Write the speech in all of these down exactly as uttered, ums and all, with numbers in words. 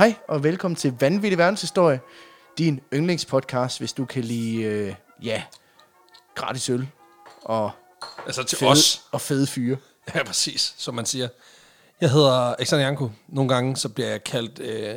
Hej og velkommen til Vanvittig Verdenshistorie, din yndlingspodcast, hvis du kan lide, øh, ja, gratis øl og, altså til fede, os. og fede fyre. Ja, præcis, som man siger. Jeg hedder Alexander Janko. Nogle gange så bliver jeg kaldt øh,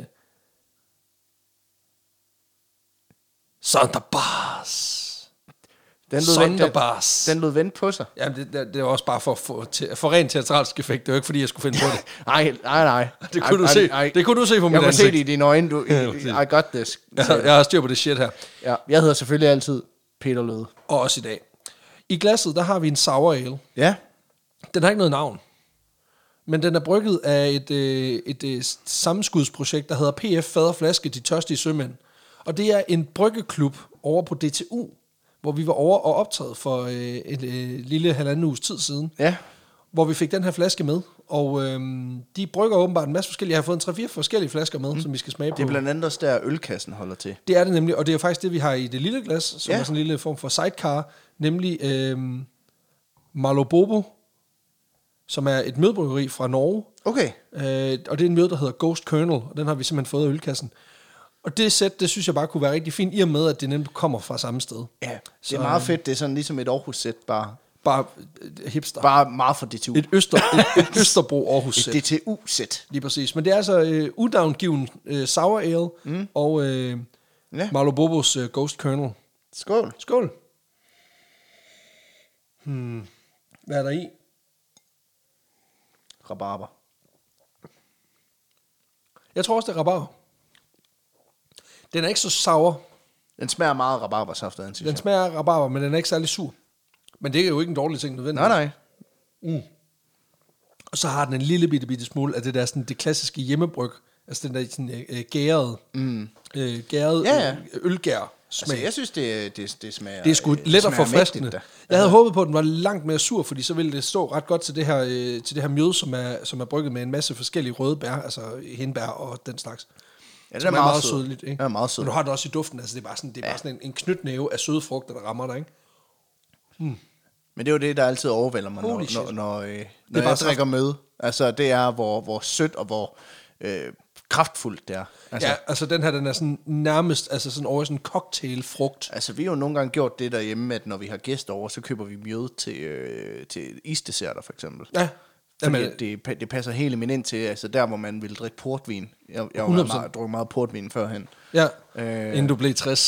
Sonderbars. Den lod, vent, den, Sonderbars. den lod vente på sig. Jamen, det, det, det var også bare for, for, til, for rent teatralsk effekt. Det var ikke, fordi jeg skulle finde på det. Nej, nej, nej. Det kunne, I, du, se. I, I, det kunne du se på mit ansigt. Jeg kunne se ansigt. det i dine øjne. Du, I, I got this. Jeg, jeg har styr på det shit her. Ja, jeg hedder selvfølgelig altid Peter Løde. Og også i dag. I glasset, der har vi en sour ale. Ja. Den har ikke noget navn. Men den er brygget af et, øh, et, et sammenskudsprojekt, der hedder P F Faderflaske, de tørstige sømænd. Og det er en bryggeklub over på D T U, hvor vi var over og optaget for øh, et øh, lille halvanden uges tid siden. Ja. Hvor vi fik den her flaske med. Og øh, de brygger åbenbart en masse forskellige. Jeg har fået en tre-fire forskellige flasker med, mm. som vi skal smage på. Det er blandt andet også der, ølkassen holder til. Det er det nemlig, og det er faktisk det, vi har i det lille glas, som ja. er sådan en lille form for sidecar, nemlig øh, Malobobo, som er et mødbryggeri fra Norge. Okay. Øh, og det er en møde, der hedder Ghost Kernel, og den har vi simpelthen fået af ølkassen. Og det sæt, det synes jeg bare kunne være rigtig fint, i og med, at det nemlig kommer fra samme sted. Ja, det så, er meget fedt. Det er sådan ligesom et Aarhus-sæt, bare... Bare hipster. Bare meget for D T U. Et, Øster, et, et Østerbro Aarhus-sæt. Et D T U-sæt. Lige præcis. Men det er altså øh, udavngiven øh, sour ale mm. og øh, ja. Malobobos øh, Ghost Kernel. Skål. Skål. Hmm. Hvad er der i? Rabarber. Jeg tror også, det er rabarber. Den er ikke så sour. Den smager meget rabarbersaft, den synes Den jeg. smager af rabarber, men den er ikke særlig sur. Men det er jo ikke en dårlig ting nødvendigt. Nej, nej. Mm. Og så har den en lille bitte, bitte smule af det der sådan, det klassiske hjemmebryg. Altså den der sådan øh, gærede, mm. øh, gærede ja, ja. Øh, ølgær smag. Altså, jeg synes, det, det, det smager... Det er sgu let og forfriskende. Jeg havde ja. håbet på, at den var langt mere sur, fordi så ville det stå ret godt til det her, øh, til det her mjød, som er, som er brygget med en masse forskellige røde bær, altså hindbær og den slags. Ja, det er, er meget, meget sød. sødligt, ikke? Det er meget sød. Men du har det også i duften, altså det er bare sådan, det er ja. bare sådan en, en knytnæve af søde frugter, der rammer dig, ikke? Hmm. Men det er jo det, der altid overvælder mig, Holy når, når, når, øh, når jeg drikker møde. Altså, det er, hvor, hvor sødt og hvor øh, kraftfuldt det er. Altså, ja, altså den her, den er sådan nærmest, altså sådan over sådan en cocktailfrugt. Altså, vi har jo nogle gange gjort det derhjemme, at når vi har gæster over, så køber vi mjød til, øh, til isdesserter, for eksempel. Ja. Fordi Jamen, det, det passer helt eminent til, altså der, hvor man vil drikke portvin. Jeg, jeg har meget, drukket meget portvin førhen. Ja, øh. inden du blev tres.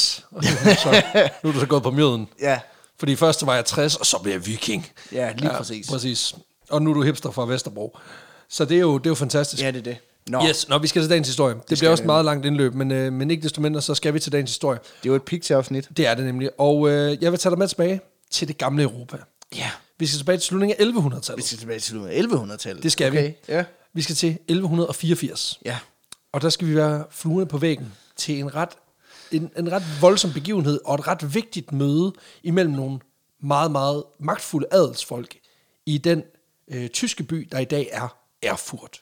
Så, nu er du så gået på mjøden. Ja. Fordi først var jeg tres, og så blev jeg viking. Ja, lige ja, præcis. præcis. Og nu er du hipster fra Vesterbro. Så det er jo, det er jo fantastisk. Ja, det er det. Nå. Yes, når vi skal til dagens historie. Det, det bliver også et meget langt indløb, men, øh, men ikke desto mindre, så skal vi til dagens historie. Det er jo et pigtafsnit. Det er det nemlig. Og øh, jeg vil tage dig med tilbage til det gamle Europa. Ja. Vi skal tilbage til slutningen af elleve-hundredetallet. Vi skal tilbage til slutningen af elleve-hundredetallet. Det skal okay. vi. Ja. Vi skal til elleve fireogfirs. Ja. Og der skal vi være fluerne på væggen til en ret, en, en ret voldsom begivenhed og et ret vigtigt møde imellem nogle meget, meget magtfulde adelsfolk i den øh, tyske by, der i dag er Erfurt.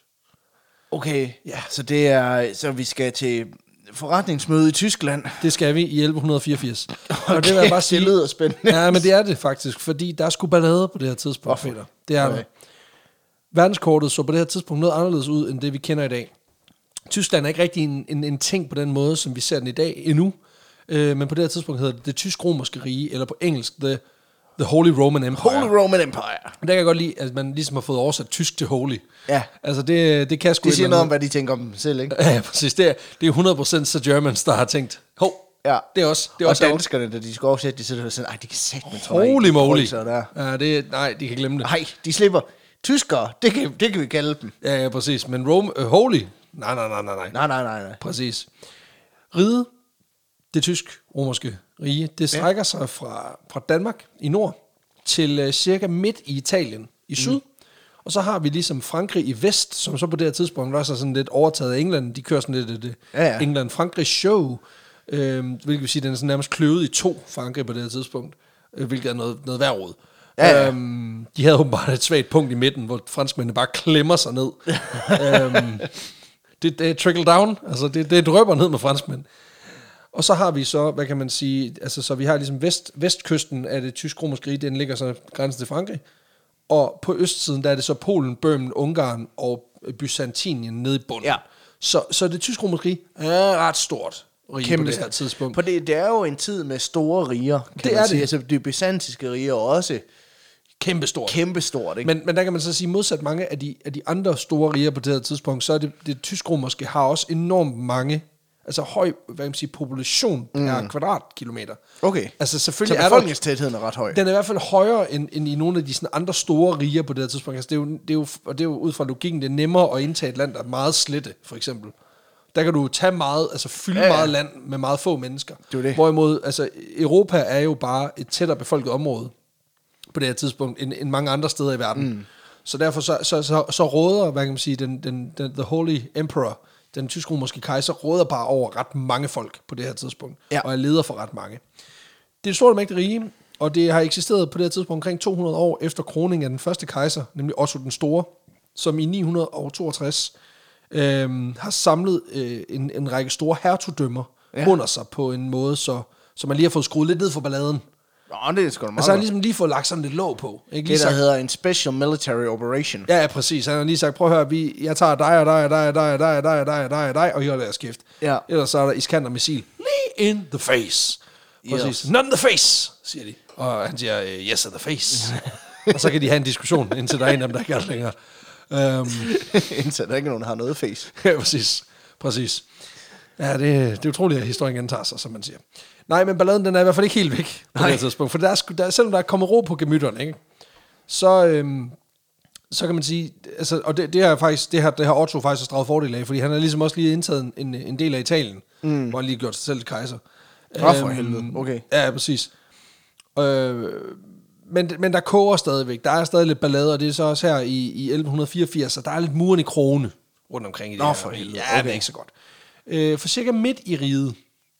Okay, ja. Så det er, så vi skal til forretningsmøde i Tyskland. Det skal vi i elleve fireogfirs. Okay, og det vil jeg bare sige. Det lyder spændende. Ja, men det er det faktisk, fordi der er sgu ballade på det her tidspunkt, Peter. Det er okay. Verdenskortet så på det her tidspunkt noget anderledes ud, end det vi kender i dag. Tyskland er ikke rigtig en, en, en ting på den måde, som vi ser den i dag endnu. Øh, men på det her tidspunkt hedder det det tysk-romerske rige, eller på engelsk, the, the Holy Roman Empire. Holy Roman Empire. Der kan jeg godt lide, at man ligesom har fået oversat tysk til holy. Ja. Altså det, det kan sgu... Det siger noget om, hvad de tænker om dem selv, ikke? Ja, præcis. Det er, det er hundrede procent så Germans, der har tænkt, hov, ja. det er også... Det er og også danskerne, da de skal oversætte, de sidder sådan, ej, de kan sætte med holy moly. Ja, det, nej, de kan glemme det. Nej, de slipper. Tyskere, det kan, det kan vi kalde dem. Ja, ja, præcis. Men Rome, uh, holy? Nej, nej, nej, nej, nej. Nej, nej, nej, nej. Præcis. Riget, det tysk-romerske rige, det strækker ja. sig fra, fra Danmark i nord til uh, cirka midt i Italien i syd. Mm. Og så har vi ligesom Frankrig i vest, som så på det her tidspunkt var så sådan lidt overtaget af England. De kører sådan lidt det, det ja, ja. England-Frankrig-show, øh, hvilket vil sige, den er sådan nærmest kløvet i to, Frankrig på det her tidspunkt, øh, hvilket er noget, noget værd. Ja, ja. Øhm, de havde åbenbart et svagt punkt i midten, hvor franskmændene bare klemmer sig ned. øhm, det, det er trickle down, altså det, det drøber ned med franskmænd. Og så har vi så, hvad kan man sige, altså så vi har ligesom vest, vestkysten af det tysk-romerske rige, den ligger så grænsen til Frankrig. Og på østsiden, der er det så Polen, Bøhmen, Ungarn og Byzantinien nede i bunden. Ja. Så, så det tysk-romerske rige er ret stort rige Kæmpe. På det her tidspunkt. På det, det er jo en tid med store riger, kan det man er sige. det. Altså, det byzantinske riger er også kæmpestort. Kæmpestort, ikke? Men, men der kan man så sige, modsat mange af de, af de andre store riger på det her tidspunkt, så er det, det tysk-romerske har også enormt mange, altså høj, hvad kan man sige, population per mm. kvadratkilometer. Okay. Altså selvfølgelig så befolkningstætheden er ret høj. Den er i hvert fald højere end, end i nogle af de sådan andre store riger på det her tidspunkt. Altså det er jo, det er jo, og det er jo ud fra logikken, det er nemmere at indtage et land, der er meget slette, for eksempel. Der kan du tage meget, altså fylde ja, ja. meget land med meget få mennesker. Det er det. Hvorimod, altså Europa er jo bare et tættere befolket område på det her tidspunkt, end, end mange andre steder i verden. Mm. Så derfor så, så, så, så råder, hvad kan man sige, den, den, den, the Holy Emperor, den tysk-romerske kejser, råder bare over ret mange folk på det her tidspunkt, ja. Og er leder for ret mange. Det er et stort og mægtigt rige, og det har eksisteret på det her tidspunkt omkring to hundrede år efter kroningen af den første kejser, nemlig Otto den Store, som i ni hundrede toogtres øh, har samlet øh, en, en række store hertugdømmer ja. under sig på en måde, så, så man lige har fået skruet lidt ned for balladen. Nå, det er sgu da meget. Altså han har ligesom lige fået lagt sådan lidt låg på. Ikke? Det der sagt, hedder en special military operation. Ja, ja, præcis. Han har lige sagt, prøv at høre, vi, jeg tager dig og dig og dig og dig og dig og dig og dig og dig og dig, og I holder jeres kæft. Ja. Ellers så er der Iskander missil. Lige in the face. Præcis. Yes. Not in the face, siger de. Og han siger, yes in the face. Og så kan de have en diskussion, indtil der er en af dem, der ikke er det længere. Um, indtil der ikke er nogen, der har noget face. Ja, præcis. Præcis. Ja, det, det er utroligt, at historien gentager sig, som man siger. Nej, men balladen, den er i hvert fald ikke helt væk på Nej. det her tidspunkt. For der er, der, selvom der er kommet ro på gemytterne, ikke, så, øhm, så kan man sige, altså, og det, det har faktisk, det har, det har Otto faktisk draget fordel af, fordi han har ligesom også lige indtaget en, en del af Italien, mm. hvor han lige gjort sig selv til kejser. Nå, for øhm, helvede, okay. Ja, præcis. Øh, men, men der koger stadigvæk, der er stadig lidt ballade, og det er så også her i, i elleve fireogfirs, og der er lidt muren i krone rundt omkring i det Nå, her. for helvede. Ja, okay. Det er ikke så godt. Øh, for cirka midt i riget,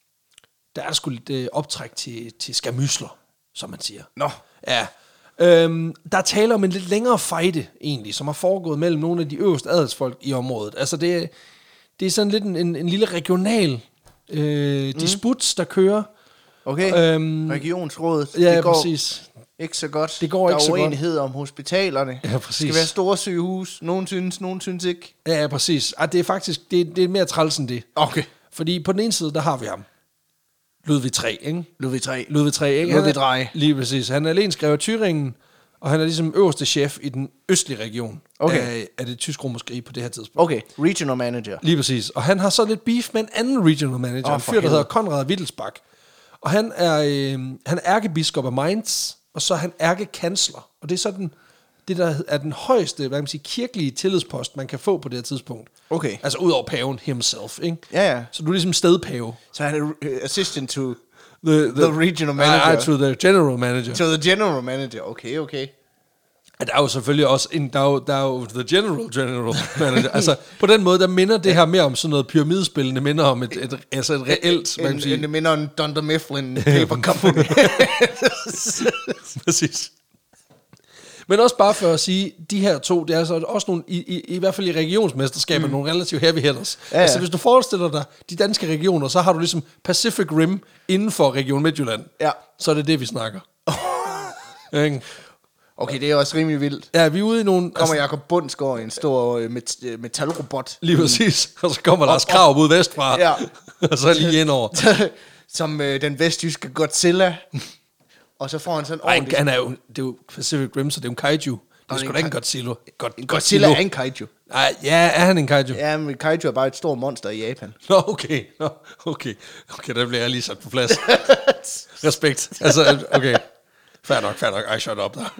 der er der sgu lidt øh, optræk til, til skamysler, som man siger. Nå. Ja. Øhm, der taler om en lidt længere fejde, egentlig, som har foregået mellem nogle af de øverste adelsfolk i området. Altså, det, det er sådan lidt en, en, en lille regional øh, mm. disput, der kører. Okay, øhm, regionsrådet. Ja, det går præcis. Ikke så godt. Det går der ikke så godt. Der er uenighed om hospitalerne. Ja, præcis. Det skal være store sygehus. Nogen synes, nogen synes ikke. Ja, ja præcis. Ah, det er faktisk det, det er mere træls end det. Okay. Fordi på den ene side, der har vi ham. Ludvig tre, ikke? Ludvig tre. Ludvig tre, ikke? Ludvig Drej. Lige præcis. Han er alene skrevet Thüringen, og han er ligesom øverste chef i den østlige region okay. af, af det tysk-romerske rige på det her tidspunkt. Okay, regional manager. Lige præcis. Og han har så lidt beef med en anden regional manager, oh, en fyr, der hedder Konrad Wittelsbach. Og han er, øh, han er ærkebiskop af Mainz, og så er han ærkekansler. Og det er sådan det, der er den højeste, hvad kan man sige, kirkelige tillidspost, man kan få på det her tidspunkt. Okay. Altså ud over paven himself, ikke? Ja, ja. Så du er ligesom stedpave. Så han er uh, assistant to the, the, the regional manager. Uh, to the general manager. To the general manager, okay, okay. Der er jo selvfølgelig også en, der er jo, der er jo the general general manager. Altså på den måde, der minder det her mere om sådan noget pyramidespil, det minder om et, et, altså et reelt, hvad kan man sige. Det minder om Dunder Mifflin Paper Company. Præcis. Men også bare for at sige, de her to, det er altså også nogle, i, i, i hvert fald i regionsmesterskaber, mm. nogle relativt heavy hitters. Ja, ja. Altså hvis du forestiller dig de danske regioner, så har du ligesom Pacific Rim inden for Region Midtjylland. Ja. Så er det det, vi snakker. Okay. Okay, det er også rimelig vildt. Ja, vi er ude i nogle... Kommer altså, Jacob Bundsgaard i en stor met- metalrobot. Lige præcis. Og så kommer Lars Krarup ud vestfra. Ja. Og så lige ind over. Som øh, den vestjyske Godzilla. Og så får han sådan ordentligt... Nej, han er jo, det er jo Pacific Rim, så det er jo en kaiju. Det er sgu da ikke en Godzilla. God, en Godzilla er en kaiju. Nej, ja, er han en kaiju? Ja, men kaiju er bare et stort monster i Japan. Nå, okay. Nå, okay. Okay, der bliver jeg lige sat på plads. Respekt. Altså, okay. Fair nok, fair nok. Ej, shut up der.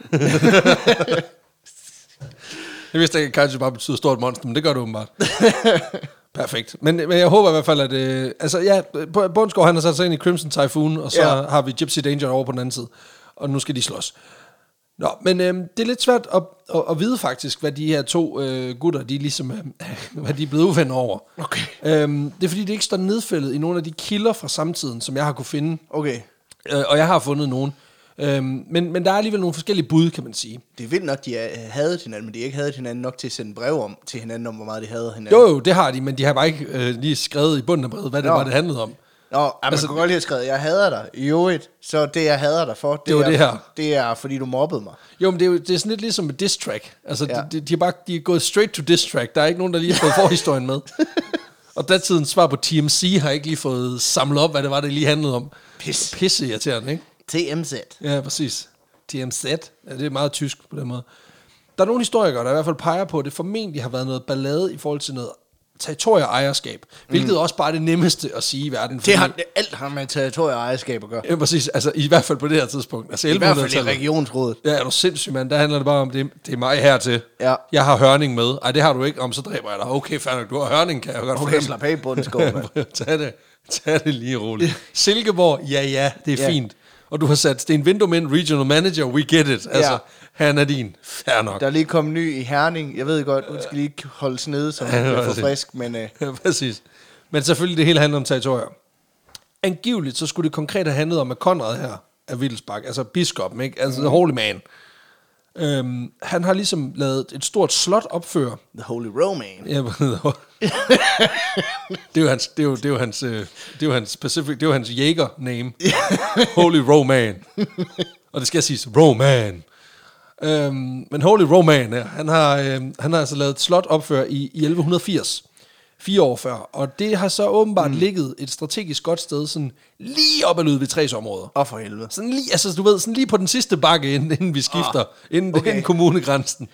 Jeg vidste ikke, at kaiju bare betyder stort monster, men det gør det åbenbart. Perfekt. Men, men jeg håber i hvert fald, at... Øh, altså, ja, Bundsgaard, han har sat sig ind i Crimson Typhoon, og så ja. har vi Gypsy Danger over på den anden side. Og nu skal de slås. Nå, men øh, det er lidt svært at, at, at vide faktisk, hvad de her to øh, gutter, de ligesom, øh, hvad de er blevet uvenner over. Okay. Øhm, det er fordi, det ikke står nedfældet i nogle af de kilder fra samtiden, som jeg har kunne finde. Okay. Øh, og jeg har fundet nogen. Øhm, men, men der er alligevel nogle forskellige bud, kan man sige. Det er vildt nok, de havde hinanden, men de ikke havde hinanden nok til at sende brev om til hinanden, om hvor meget de havde hinanden. Jo, jo, det har de, men de har bare ikke øh, lige skrevet i bunden af brevet, hvad det Nå. var, det handlede om. Nå, altså, man kunne godt lige have skrevet, jeg hader dig. I øvrigt, så det, jeg hader dig for, det, det, var er, det, her. det er, fordi du mobbede mig. Jo, men det er, jo, det er sådan lidt ligesom et diss track. Altså, ja. de, de, de, er bare de er gået straight to diss track. Der er ikke nogen, der lige har fået forhistorien med. Og datidens svar på T M C har ikke lige fået samlet op, hvad det var, det lige handlede om. Pis. Pisse irriterende, ikke? T M Z. Ja, præcis. T M Z. Ja, det er meget tysk på den måde. Der er nogle historikere, der i hvert fald peger på, at det formentlig har været noget ballade i forhold til noget territorieejerskab, hvilket mm. også bare er det nemmeste at sige i verden. Det har, det, alt har med territorieejerskab at gøre. Ja, præcis. Altså, i hvert fald på det her tidspunkt. Altså, I hvert fald i regionsrådet. Ja, er du sindssyg, mand. Der handler det bare om, det, det er mig hertil. Ja. Jeg har hørning med. Ej, det har du ikke. Om, så dræber jeg dig. Okay, fair nok. Du har hørning, kan jeg godt okay, slap af på den skov, mand. Tag det. Tag det lige roligt. Silkeborg, ja, ja, det er ja. Fint. Og du har sat Sten Vindum regional manager, we get it. Altså, ja. Han er din. Fair nok. Der er lige kommet ny i Herning. Jeg ved godt, hun skal lige holdes nede, så hun bliver for frisk, men... Uh... Ja, præcis. Men selvfølgelig, det hele handler om territorier. Angiveligt, så skulle det konkret have handlet om, at Konrad her af Wittelsbach, altså biskoppen, ikke? Altså the holy man. Øhm, han har ligesom lavet et stort slot opføre. The Holy Roman. Ja, det er jo hans, det er jo, det er jo hans, det er jo hans specific, det er jo hans jæger name. Holy Roman. Og det skal siges Roman. Øhm, men Holy Roman, ja, han har, øhm, han har altså lavet et slot opføre i, i elleve firs. Fire år før. Og det har så åbenbart mm. ligget et strategisk godt sted, sådan lige op ad Ludvig-Træs områder. Åh, oh, for helvede. Sådan lige, altså du ved, sådan lige på den sidste bakke, inden, inden vi skifter, oh, inden, okay. inden kommunegrænsen.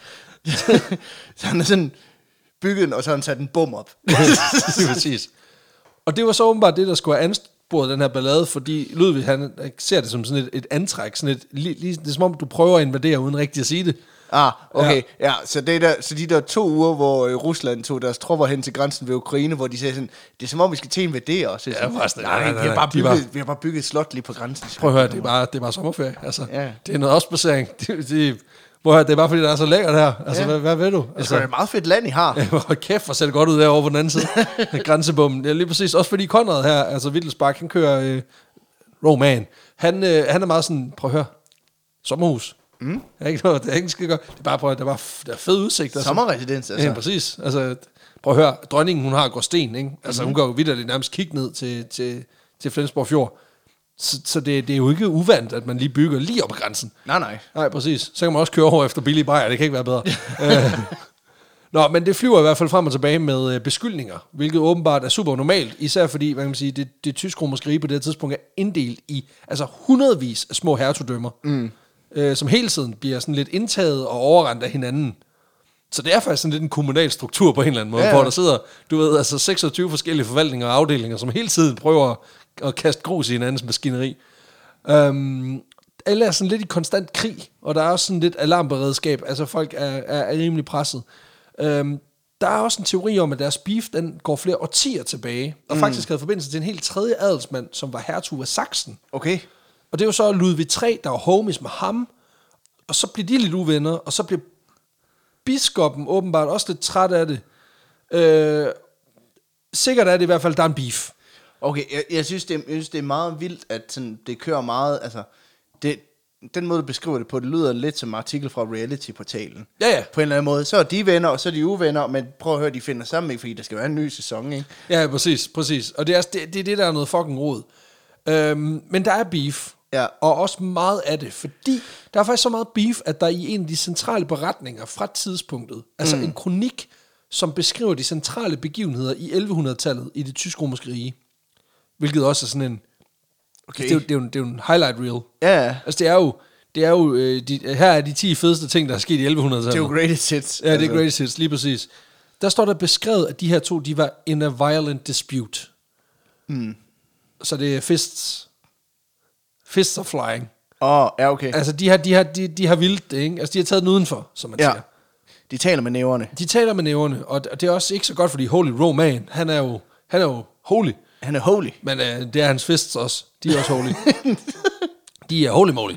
Så han er sådan bygget den, og så har han sat en bum op. Det er præcis. Og det var så åbenbart det, der skulle have ansporet den her ballade, fordi Ludvig, han ser det som sådan et, et antræk, sådan et, lige, lige, det er som om, du prøver at invadere, uden rigtigt at sige det. Ah, okay. Ja, ja så, det der, så de der to uger, hvor uh, Rusland tog deres tropper hen til grænsen ved Ukraine, hvor de sagde sådan, det er som om, vi skal til at invadere os. Ja, faktisk, nej, nej, nej, nej, vi, har bare bygget, var, vi har bare bygget et slot lige på grænsen. Prøv at høre, det er bare, det er bare sommerferie. Altså, ja. Det er noget opspacering. Det, det, det er bare fordi, der er så lækkert her. Altså, ja. hvad, hvad ved du? Altså, det er et meget fedt land, I har. Ja, hold kæft, hvor ser det godt ud derovre på den anden side. Grænsebommen. Ja, lige præcis. Også fordi Konrad her, altså Wittelsbach, han kører øh, Roman. Han, øh, han er meget sådan, prøv at høre, sommerhus. Mm. Det er ikke noget, det er ikke skide godt. Det er bare, prøv at, der var der er fed udsigt. Altså. Sommerresidens, altså. Ja, præcis. Altså, prøv at høre, dronningen, hun har Gråsten, ikke? Altså, mm-hmm. hun går jo videre nærmest kigge ned til, til, til Flensborg Fjord. Så, så det, det er jo ikke uvandt, at man lige bygger lige op ad grænsen. Nej, nej. Nej, præcis. Så kan man også køre over efter billige bajer, det kan ikke være bedre. øh. Nå, men det flyver i hvert fald frem og tilbage med beskyldninger, hvilket åbenbart er super normalt, især fordi, hvad kan man sige, det, det tysk-romerske rige på det tidspunkt er inddelt i altså hundredvis af små hertugdømmer, mm. øh, som hele tiden bliver sådan lidt indtaget og overrendt af hinanden. Så det er faktisk sådan lidt en kommunal struktur på en eller anden måde, ja, ja. Hvor der sidder, du ved, altså seksogtyve forskellige forvaltninger og afdelinger, som hele tiden prøver at kaste grus i hinandens maskineri. Um, alle er sådan lidt i konstant krig, og der er også sådan lidt alarmberedskab, altså folk er, er, er rimelig presset. Um, der er også en teori om, at deres beef, den går flere årtier tilbage, og mm. faktisk havde forbindelse til en helt tredje adelsmand, som var hertug af Sachsen. Okay. Og det er jo så Ludvig den tredje, der var homies med ham, og så bliver de lidt uvenner, og så bliver biskoppen åbenbart også lidt træt af det. Øh, sikkert er det i hvert fald, der er en beef. Okay, jeg, jeg, synes, det, jeg synes, det er meget vildt, at sådan, det kører meget, altså, det, den måde, du beskriver det på, det lyder lidt som en artikel fra Reality-portalen. Ja, ja. På en eller anden måde. Så er de venner, og så er de uvenner, men prøv at høre, de finder sammen, ikke? Fordi der skal være en ny sæson, ikke? Ja, præcis, præcis. Og det er det, det, er det der er noget fucking rod. Øhm, men der er beef. Ja. Og også meget af det, fordi der er faktisk så meget beef, at der i en af de centrale beretninger fra tidspunktet, altså mm. en kronik, som beskriver de centrale begivenheder i elleve-hundrede-tallet i det tysk-romerske rige, hvilket også er sådan en, okay. det, er jo, det, er jo, det er jo en highlight reel. Ja. Altså det er jo, det er jo øh, de, her er de ti fedeste ting, der er sket i elleve-hundrede-tallet. Det er jo greatest hits. Ja, det er greatest hits, lige præcis. Der står der beskrevet, at de her to, de var in a violent dispute. Mm. Så det er fists... Fists are flying. Åh, oh, ja, okay. Altså, de har, de, har, de, de har vildt det, ikke? Altså, de har taget den udenfor, som man ja. siger. De taler med næverne. De taler med næverne, og det er også ikke så godt, fordi Holy Roman, han er jo, han er jo holy. Han er holy. Men uh, det er hans fists også. De er også holy. De er holy moly.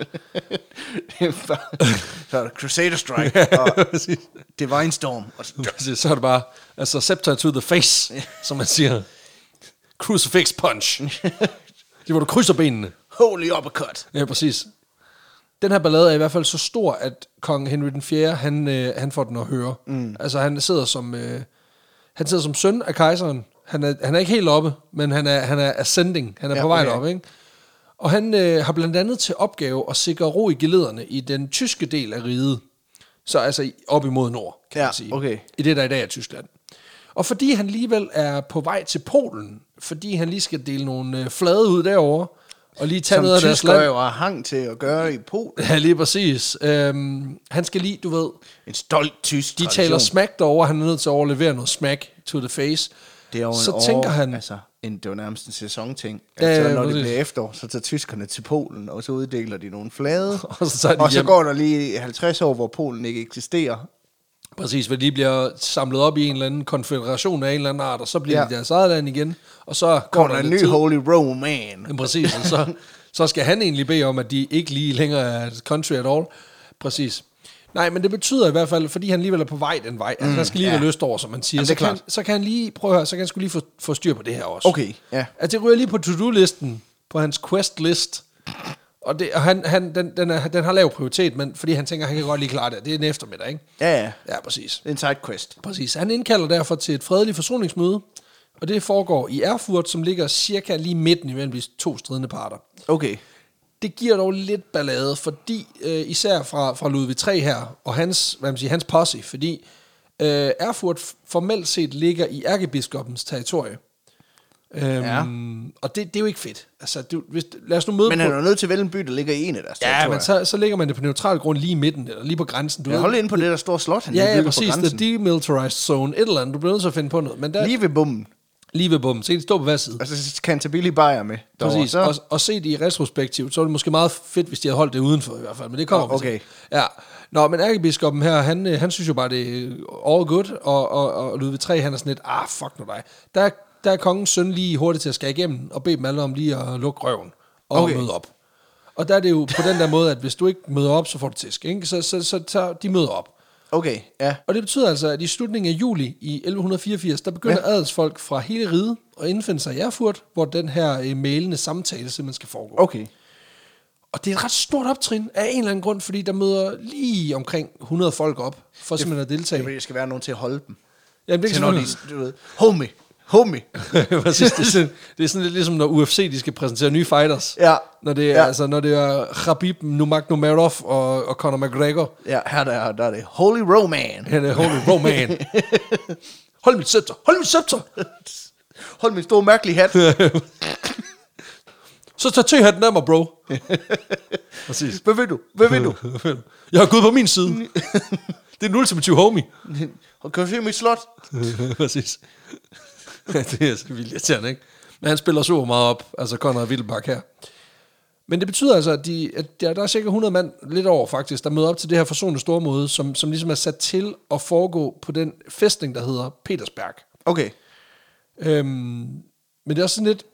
Så er der Crusader Strike, og Divine Storm. Og så er det bare, altså, scepter to the face, som man siger. Crucifix punch. Det hvor du krydser benene. Holy uppercut. Ja, præcis. Den her ballade er i hvert fald så stor, at kong Henry den fjerde, han, øh, han får den at høre. Mm. Altså, han sidder som øh, han sidder som søn af kejseren. Han er, han er ikke helt oppe, men han er, han er ascending. Han er ja, på vej okay. op, ikke? Og han øh, har blandt andet til opgave at sikre ro i gelederne i den tyske del af riget. Så altså op imod nord, kan ja, man sige. Okay. I det, der i dag er Tyskland. Og fordi han alligevel er på vej til Polen, fordi han lige skal dele nogle øh, flade ud derovre, og lige tage som noget af deres land. Som jo har hang til at gøre i Polen. Ja, lige præcis. Øhm, han skal lige, du ved... En stolt tysk De tradition. taler smack derovre, han er nødt til at overlevere noget smack to the face. Det er jo så en tænker år, han... Altså, en, det var nærmest en sæsonting. Ja, Altså, ja, når præcis. det bliver efterår, så tager tyskerne til Polen, og så uddeler de nogle flade. og så, tager de og så hjem. går der lige halvtreds år, hvor Polen ikke eksisterer. Præcis, hvor de bliver samlet op i en eller anden konfederation af en eller anden art, og så bliver Ja. de deres eget land igen, og så Går der en ny tid. Holy Roman. Men præcis, og så, så skal han egentlig bede om, at de ikke lige længere er et country at all. Præcis. Nej, men det betyder i hvert fald, fordi han alligevel er på vej den vej, mm, altså der skal lige ja. være lyst over, som man siger, Jamen, så, kan, så kan han lige, prøve at høre, så kan han sgu lige få, få styr på det her også. Okay, ja. Altså det ryger lige på to-do-listen, på hans quest-list, og, det, og han, han, den, den, er, den har lav prioritet, men fordi han tænker, han kan godt lige klare det. Det er en eftermiddag, ikke? Ja, ja. Ja, præcis. Det er en side quest. Præcis. Han indkalder derfor til et fredeligt forsoningsmøde, og det foregår i Erfurt, som ligger cirka lige midten imellem de to stridende parter. Okay. Det giver dog lidt ballade, fordi øh, især fra, fra Ludvig tre her, og hans, hvad man siger, hans posse, fordi øh, Erfurt formelt set ligger i ærkebiskoppens territorie. Øhm, ja. Og det, det er jo ikke fedt. Altså, du, hvis, lad os nu møde Men på... han er jo nødt til at vælge en by, der ligger i en af deres Ja, territorier. men så, så ligger man det på neutral grund lige i midten, eller lige på grænsen. Du Jeg ved, holder inde på det der store slot, han ja, lige ja, bygger præcis. på grænsen. The demilitarized zone. Et eller andet. Du bliver nødt til at finde på noget. Men der, Lige ved bommen. lige ved bommen. Så kan de stå på hver side. Og så kan han tage billige bajer med. Præcis, Så... og, og set i retrospektivt, så er det måske meget fedt, hvis de havde holdt det udenfor i hvert fald, men det kommer oh, okay. vi til. Ja. Nå, men ærkebiskoppen her, han, han synes jo bare, det er all good, og, og, og Ludvig tre, han er sådan lidt, ah, fuck nu dig. Der er, der er kongens søn lige hurtigt til at skære igennem, og bede dem alle om lige at lukke røven, og okay. møde op. Og der er det jo på den der måde, at hvis du ikke møder op, så får du tisk, ikke? Så, så, så, så de møder op. Okay, ja. Og det betyder altså, at i slutningen af juli i elleve fireogfirs, der begynder ja. adelsfolk fra hele riget at indfinde sig i Erfurt, hvor den her øh, mailende samtale simpelthen skal foregå. Okay. Og det er et ret stort optrin af en eller anden grund, fordi der møder lige omkring hundrede folk op, for simpelthen at deltage. Det, det skal være nogen til at holde dem. Jamen, det er når de, du ved, homie, homie. Præcis, det, er sådan, det er sådan lidt ligesom, når U F C de skal præsentere nye fighters. Ja. Når det er, ja. altså, når det er Khabib Nurmagomedov og, og Conor McGregor. Ja, her der, der er det Holy Roman. Her er det Holy Roman. Hold mit scepter, hold mit scepter. Hold min store mærkelige hat. Så tag te-hatten af mig, bro. Præcis. Hvad vil du? Hvad vil du? Jeg har gået på min side. Det er en ultimativ homie. Kan du se mit slot? Præcis. Det er så vildt irriterende, ikke? Men han spiller super meget op, altså Conrad Wilbach her. Men det betyder altså, at, de, at der, der er cirka hundrede mand, lidt over faktisk, der møder op til det her forsonende stormøde, som, som ligesom er sat til at foregå på den fæstning, der hedder Petersberg. Okay. Øhm, men det er også sådan lidt...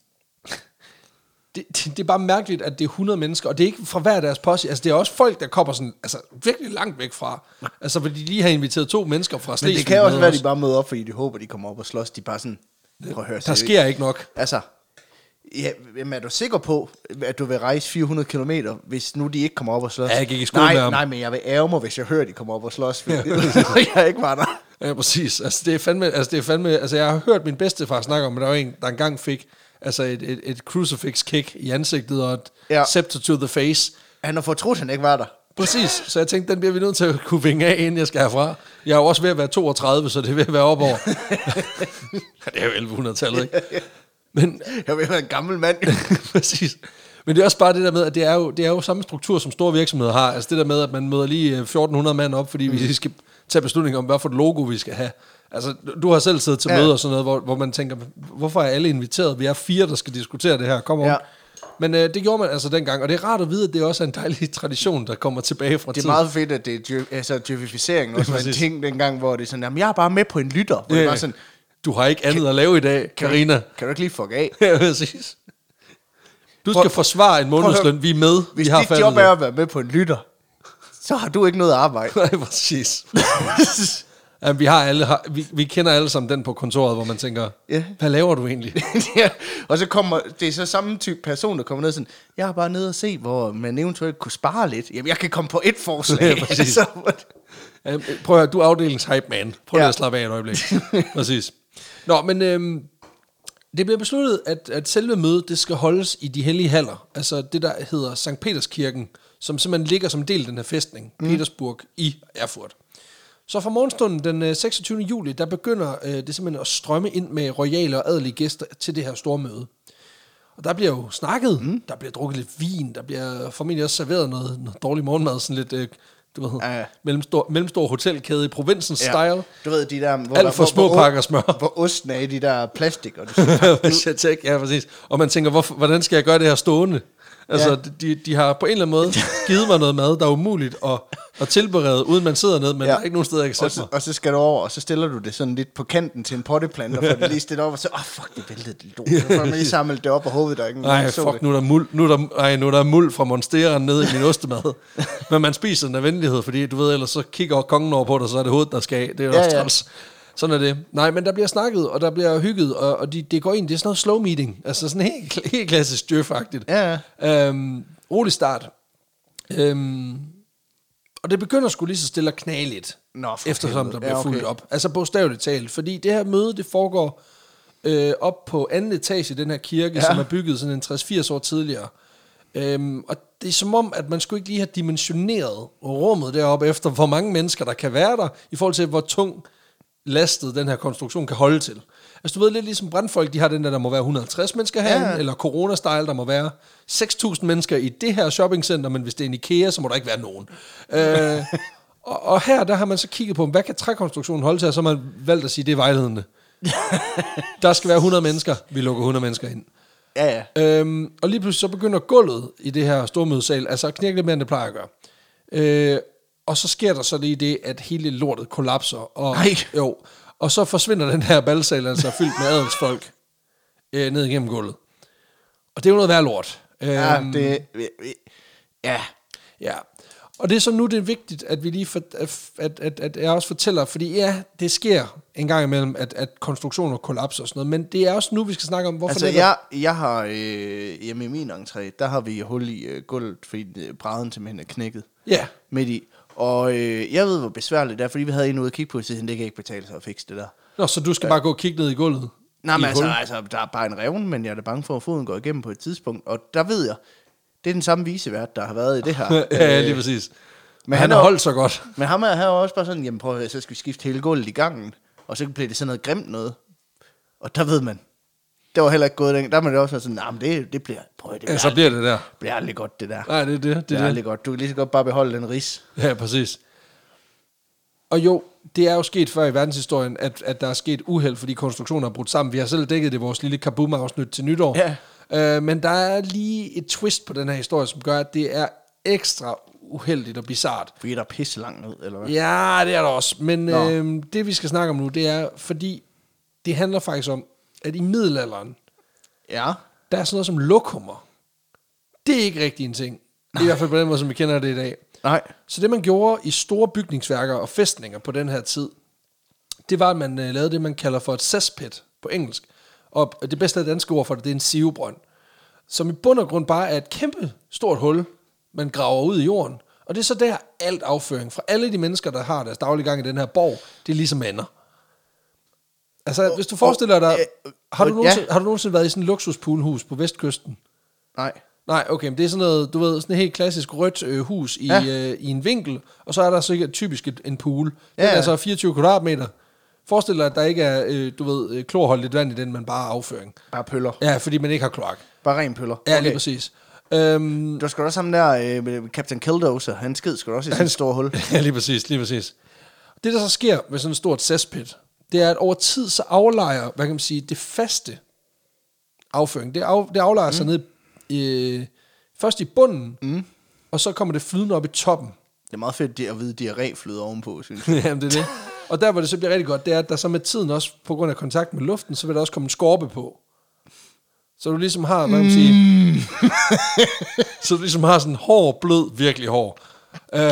Det, det, det er bare mærkeligt, at det er hundrede mennesker, og det er ikke fra hver deres posse. Altså, det er også folk, der kommer sådan, altså, virkelig langt væk fra. Altså, fordi de lige har inviteret to mennesker fra Slesvig. Men det kan også være, at de bare møder op, fordi de håber, de kommer op og slås. De bare sådan, prøv at høre. Der sker ikke nok. Altså, ja, men er du sikker på, at du vil rejse fire hundrede kilometer, hvis nu de ikke kommer op og slås? Ja, jeg gik i skole nej, med ham. Nej, men jeg vil ærge mig, hvis jeg hører, de kommer op og slås, fordi jeg ikke var der. Ja, præcis. Altså, det er fandme, altså, det er fandme, altså, jeg har hørt min bedstefar snakke om, at der var en, der engang fik altså et, et, et crucifix kick i ansigtet og et ja. scepter to the face. Han har fortrudt, han ikke var der. Præcis, så jeg tænkte, den bliver vi nødt til at kunne vinge af, inden jeg skal herfra. Jeg er jo også ved at være toogtredive, så det er ved at være op over. Det er jo elleve hundrede-tallet, ikke? Men, jeg vil være en gammel mand. Præcis. Men det er også bare det der med, at det er jo, det er jo samme struktur, som store virksomheder har. Altså det der med, at man møder lige fjorten hundrede mand op, fordi mm. vi skal tage beslutning om, hvad for et logo vi skal have. Altså, du har selv siddet til ja. møder og sådan noget, hvor, hvor man tænker, hvorfor er alle inviteret? Vi er fire, der skal diskutere det her. Kom on. Ja. Men øh, det gjorde man altså dengang, og det er rart at vide, at det også er en dejlig tradition, der kommer tilbage fra tiden. Det er meget fedt, at det er altså, djøfificering også var en ting dengang, hvor det er sådan, jamen jeg er bare med på en lytter. Hvor ja. det var sådan, du har ikke andet kan, at lave i dag, Karina. Kan, kan du ikke lige fuck af? Ja, præcis. Du skal Prøv, forsvare en månedsløn, vi er med. Hvis vi har dit job er at være med på en lytter, så har du ikke noget arbejde. Nej, præcis. Jamen, vi, har alle, har, vi, vi kender alle sammen den på kontoret, hvor man tænker, yeah. hvad laver du egentlig? Ja, og så kommer, det er så samme type person, der kommer ned sådan, jeg er bare nede og se, hvor man eventuelt kunne spare lidt. Jamen, jeg kan komme på et forslag. Ja, præcis. Så, Jamen, prøv at høre, du er afdelings hype man. Prøv ja. lige at slappe af et øjeblik. Præcis. Nå, men øhm, det bliver besluttet, at, at selve mødet, det skal holdes i de hellige haller. Altså det, der hedder Sankt Peterskirken, som simpelthen ligger som del af den her fæstning, mm. Petersburg i Erfurt. Så fra morgenstunden den seksogtyvende juli, der begynder øh, det simpelthen at strømme ind med royale og adelige gæster til det her store møde. Og der bliver jo snakket, mm. der bliver drukket lidt vin, der bliver formentlig også serveret noget, noget dårlig morgenmad, sådan lidt, øh, du ved, ja, ja. mellemstor, mellemstor hotelkæde i provinsens ja. style. Du ved, de der, hvor alt for der, små hvor, pakker smør. Hvor osten er i de der plastik. Og du ja, præcis. Og man tænker, hvorfor, hvordan skal jeg gøre det her stående? Altså, ja. de, de har på en eller anden måde givet mig noget mad, der er umuligt at, at tilberede, uden man sidder ned, men ja. der er ikke nogen steder, jeg kan sætte og så, mig. Og så skal du over, og så stiller du det sådan lidt på kanten til en potteplant, og får det lige stillet op, og så, åh, oh, fuck, det væltede lidt lort. Så får man lige samlet det op, og håbet, der er ikke nogen. Nej, fuck, nu er der muld, nu er der, ej, nu er der muld fra monsteren ned i min ostemad. Men man spiser den af venlighed, fordi du ved, ellers så kigger kongen over på dig, så er det hovedet, der skal af. Det er jo ja, også ja. træls. Sådan er det. Nej, men der bliver snakket, og der bliver hygget, og, og de, det går ind, det er sådan noget slow meeting. Altså sådan helt, helt klassisk djøfagtigt. Ja, ja. Øhm, rolig start. Øhm, og det begynder sgu lige så stille at knage lidt, Nå, eftersom der bliver ja, okay. fuldt op. Altså bogstaveligt talt. Fordi det her møde, det foregår øh, op på anden etage i den her kirke, ja. som er bygget sådan en tres til firs år tidligere. Øhm, og det er som om, at man skulle ikke lige have dimensioneret rummet deroppe, efter hvor mange mennesker, der kan være der, i forhold til, hvor tung lastet den her konstruktion kan holde til. Altså du ved lidt ligesom brandfolk, de har den der, der må være et hundrede og halvtreds mennesker herinde, ja. eller corona-style, der må være seks tusind mennesker i det her shoppingcenter, men hvis det er en IKEA, så må der ikke være nogen. øh, og, og her, der har man så kigget på, hvad kan trækonstruktionen holde til, og så har man valgt at sige, det er vejledende. Der skal være hundrede mennesker, vi lukker hundrede mennesker ind. Ja, ja. Øhm, og lige pludselig så begynder gulvet i det her stormødesal, altså at knirke lidt mere, end det plejer at gøre. Øh, og så sker der så lige det, at hele lortet kollapser. Og, jo, og så forsvinder den her balsal, altså fyldt med adelsfolk, øh, ned igennem gulvet. Og det er jo noget værd lort. Ja, øhm, det... Ja. Ja. Og det er så nu, det er vigtigt, at vi lige for, at, at, at jeg også fortæller, fordi ja, det sker en gang imellem, at, at konstruktioner kollapser og sådan noget, men det er også nu, vi skal snakke om, hvorfor altså, det jeg, jeg har, øh, hjemme i min entré, der har vi hul i øh, gulvet, fordi bræden simpelthen er knækket. Ja. Midt i. Og øh, jeg ved, hvor besværligt det er, fordi vi havde en ude at kigge på, så det kan ikke betale sig at fikse det der. Nå, så du skal ja. bare gå og kigge ned i gulvet? Nej, men altså, altså, der er bare en revne, men jeg er da bange for, at foden går igennem på et tidspunkt, og der ved jeg, det er den samme visevært, der har været i det her. Ja, lige præcis. Men han, han har holdt så godt. Men ham er her også bare sådan, jamen prøv at høre, så skal vi skifte hele gulvet i gangen, og så bliver det sådan noget grimt noget. Og der ved man, det var heller ikke gået den. Der må det også være sådan, nej, men det, det bliver, prøv at det ja, så bliver det der. Det bliver aldrig godt, det der. Nej, det er det. Det, det er aldrig godt. Du kan lige så godt bare beholde den ris. Ja, præcis. Og jo, det er jo sket før i verdenshistorien, at, at der er sket uheld, fordi konstruktioner er brudt sammen. Vi har selv dækket det i vores lille kaboom-afsnit til nytår. Ja. Øh, men der er lige et twist på den her historie, som gør, at det er ekstra uheldigt og bizart. Fordi der er pisse langt ud, eller hvad? Ja, det er der også. Men øh, det, vi skal snakke om nu, det er, fordi det handler faktisk om, at i middelalderen, ja. der er sådan noget som lokummer. Det er ikke rigtig en ting. Nej. I hvert fald på den måde, som vi kender det i dag. Nej. Så det, man gjorde i store bygningsværker og fæstninger på den her tid, det var, at man uh, lavede det, man kalder for et cesspit på engelsk. Og det bedste danske ord for det, det er en sivebrønd. Som i bund og grund bare er et kæmpe stort hul, man graver ud i jorden. Og det er så der alt afføring fra alle de mennesker, der har deres daglige gang i den her borg, det er ligesom ender. Altså, oh, hvis du forestiller dig, oh, har, du nogensinde, ja. har du nogensinde været i sådan et luksuspoolhus på Vestkysten? Nej. Nej, okay, men det er sådan noget, du ved, sådan et helt klassisk rødt øh, hus i, ja. øh, i en vinkel, og så er der sikkert typisk et, en pool. Det ja, er altså fireogtyve kvadratmeter. Forestil dig, at der ikke er, øh, du ved, klorholdigt vand i den, men bare afføring. Bare pøller. Ja, fordi man ikke har kloak. Bare ren pøller. Ja, okay. Lige præcis. Um, du skal også sammen der, øh, med Captain Killdozer, han skid skal også i sådan et stort hul. Ja, lige præcis, lige præcis. Det, der så sker med sådan et stort cesspit, det er, at over tid så aflejer, hvad kan man sige, det faste afføring. Det, af, det aflejer mm. sig ned øh, først i bunden, mm. og så kommer det flydende op i toppen. Det er meget fedt at vide, at diarré flyder ovenpå, synes jeg. Jamen, det er det. Og der, hvor det så bliver rigtig godt, det er, at der så med tiden også, på grund af kontakt med luften, så vil der også komme en skorpe på. Så du ligesom har, hvad kan man sige, mm. så du ligesom har sådan hård, blød, virkelig hård. Um,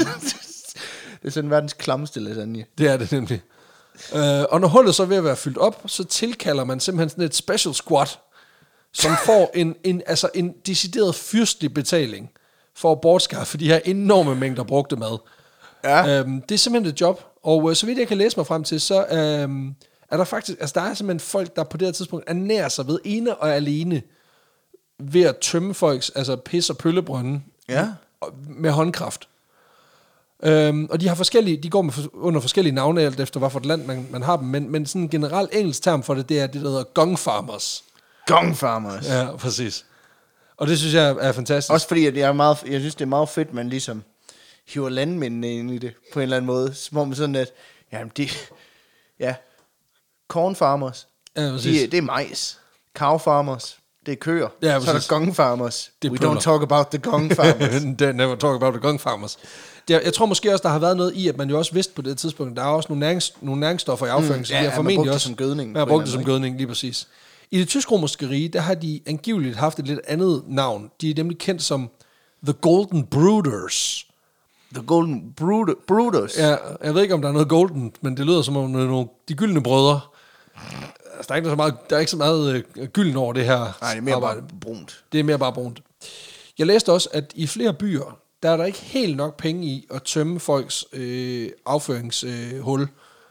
det er sådan verdens klammeste lasagne. Det er det nemlig. Uh, og når hullet så er ved at være fyldt op, så tilkalder man simpelthen sådan et special squat, som får en, en, altså en decideret fyrstelig betaling for at bortskaffe de her enorme mængder brugte mad. Ja. Um, det er simpelthen et job, og uh, så vidt jeg kan læse mig frem til, så um, er der faktisk, altså der er simpelthen folk, der på det her tidspunkt ernærer sig ved ene og alene ved at tømme folks, altså pis- og pøllebrønde ja. med håndkraft. Øhm, og de har forskellige, de går med, under forskellige navne, alt efter hvad for et land man, man har dem, men, men sådan en generelt engelsk term for det, det er det, der hedder gong farmers. Gong farmers. Ja, præcis. Og det synes jeg er fantastisk. Også fordi, at jeg, er meget, jeg synes, det er meget fedt, man ligesom hiver landmændene ind i det, på en eller anden måde. Som om sådan, at, jamen, de, ja, corn farmers, ja, de, det er majs. Cow farmers, det er køer. Ja, så er der gong farmers. Det We don't talk about the gong farmers. Never talk about the gong farmers. Det, jeg tror måske også, der har været noget i, at man jo også vidste på det tidspunkt, der er også nogle, nærings, nogle næringsstoffer i afføringen, mm, så ja, de har formentlig man også... som gødning. Man har brugt det som gødning, lige præcis. I det tysk-romerske rige, der har de angiveligt haft et lidt andet navn. De er nemlig kendt som The Golden Brooders. The Golden Brood- Brooders? Ja, jeg ved ikke, om der er noget golden, men det lyder som om nogle, de gyldne brødre. Altså, der er ikke så meget, der er ikke så meget øh, gylden over det her. Nej, det er mere arbejde. bare brunt. Det er mere bare brunt. Jeg læste også, at i flere byer, der er der ikke helt nok penge i at tømme folks øh, afføringshul.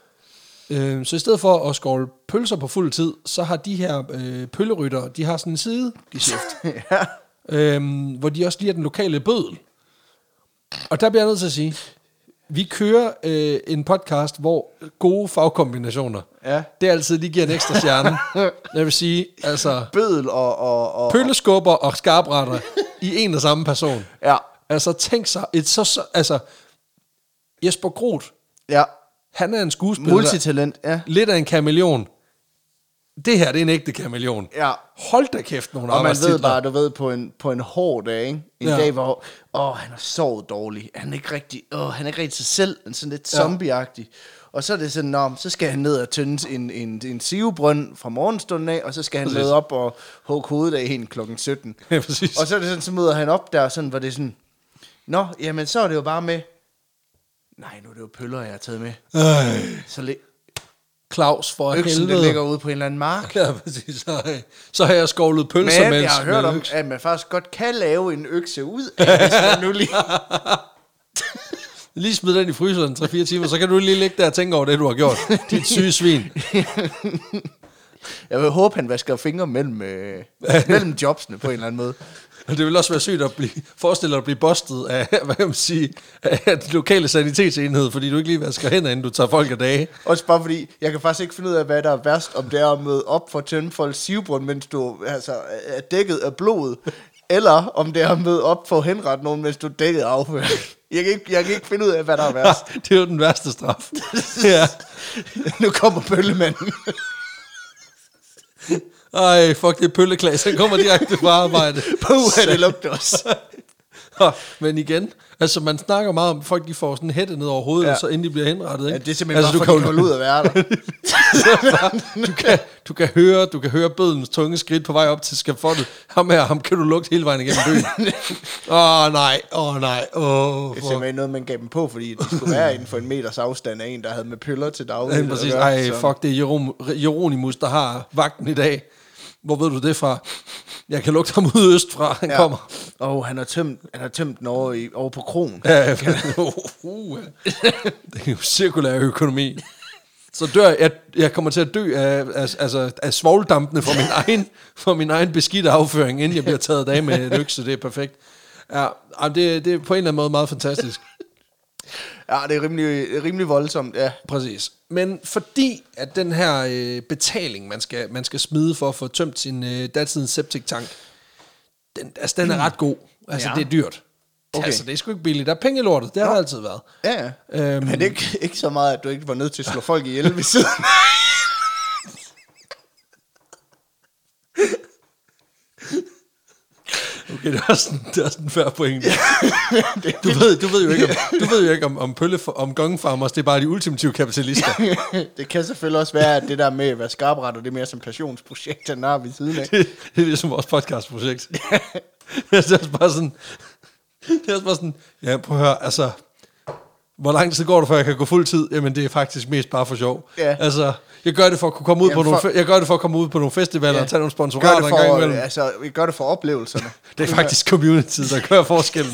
Øh, så i stedet for at skåle pølser på fuld tid, så har de her øh, pøllerytter, de har sådan en sidegeschæft, ja. øh, hvor de også lige er den lokale bødel. Og der bliver jeg nødt til at sige, vi kører øh, en podcast, hvor gode fagkombinationer, ja. det altid lige giver en ekstra stjerne. Jeg vil sige, altså... Bødel og... og, og pølleskubber og skarpretter i en og samme person. Ja. Altså, tænk sig, et så, så altså, Jesper Groth, ja. han er en skuespiller. Multitalent, ja. Lidt af en kameleon. Det her, det er en ægte kameleon. Ja. Hold da kæft, nogle og man ved bare, du ved, på en, på en hård dag, ikke? En ja. dag, hvor, åh, han har sovet dårligt. Han er ikke rigtig, åh, han er ikke rigtig sig selv. Han er sådan lidt zombieagtig. Og så er det sådan, nå, så skal han ned og tynde en, en, en sivebrønd fra morgenstunden af, og så skal han møde op og hugge hovedet af hen klokken sytten. Ja, præcis. Og så er det sådan, så møder han op der, sådan, hvor det er sådan, nå, jamen så er det jo bare med, nej, nu er det jo pøller, jeg har taget med. Øh. Så le- Claus for Øksen, helvede. det ligger ude på en eller anden mark. Ja, præcis. Så, så har jeg skovlet pølser med. Men jeg har hørt om, økse. At man faktisk godt kan lave en økse ud af, hvis man nu lige... Lige smid den i fryseren tre fire timer, så kan du lige ligge der og tænke over det, du har gjort. Dit syge svin. Jeg vil håbe, han vasker fingre mellem, øh, mellem jobsene på en eller anden måde. Og det vil også være sygt at blive, forestille dig at blive bustet af, hvad kan man sige, af den lokale sanitetsenhed, fordi du ikke lige vasker hænder, inden du tager folk af dage. Også bare fordi, jeg kan faktisk ikke finde ud af, hvad der er værst, om det er at møde op for at tømme folks sivbrønd, mens du altså, er dækket af blod, eller om det er at møde op for at henrette nogen, mens du er dækket af afføring. Jeg kan, ikke, jeg kan ikke finde ud af, hvad der er værst. Det er jo den værste straf. Ja. Nu kommer pøllemanden. Ej, fuck, det er pølleklaas. Han kommer direkte fra arbejde. Puh, det lugter også. Men igen, altså man snakker meget om, at folk de får sådan en hætte ned over hovedet, ja. Og så inden de bliver henrettet, ikke? Ja, det er simpelthen altså, bare, for, kan de kan ud af være der. du, kan, du, kan høre, du kan høre bødens tunge skridt på vej op til skafottet. Ham her, ham kan du lugte hele vejen igennem byen. Åh oh, nej, åh oh, nej. Oh, det er simpelthen noget, man gav dem på, fordi de skulle være inden for en meters afstand af en, der havde med pøller til daglig. Ja, præcis. Ej, fuck, det er Jerom, Jeronimus, der har vagten i dag. Hvor ved du det fra? Jeg kan lugte ham ud østfra, han ja. kommer. Og oh, han har tømt, han har tømt den over, i, over på krogen. Ja, uh, uh, det er jo cirkulær økonomi. Så dør jeg, jeg kommer til at dø af, af, altså, af svovldampene fra min egen, fra min egen beskidte afføring, inden jeg bliver taget af med et økse. Det er perfekt. Ja, det, det er på en eller anden måde meget fantastisk. Ja, det er rimelig, rimelig voldsomt, ja. Præcis. Men fordi at den her øh, betaling, man skal, man skal smide for at få tømt sin øh, datidens septic-tank, den, altså, den er ret god. Altså, ja. Det er dyrt. Okay. Altså, det er sgu ikke billigt. Der er penge i lortet. Det har der altid været. Ja, ja. Øhm, Men det er ikke, ikke så meget, at du ikke var nødt til at slå folk ihjel ved siden. Okay, det er sådan, det er sådan en færre point. Du ved, du ved jo ikke, om, du ved jo ikke om, om pølle, om gongfarmers, det er bare de ultimative kapitalister. Det kan selvfølgelig også være, at det der med at være skarpretter, det er mere som passionsprojekt, den har ved siden af. Det, det er ligesom vores podcastprojekt. Det er også bare sådan, det er også bare sådan, ja, prøv at høre, altså, hvor lang tid går det, før jeg kan gå fuld tid? Jamen, det er faktisk mest bare for sjov. Ja. Altså, jeg gør det for at kunne komme ud Jamen, på nogle, for, jeg gør det for at komme ud på nogle festivaler ja. Og tage nogle sponsorater en gang imellem. Altså, vi gør det for oplevelserne. Det er faktisk community, der gør forskellen.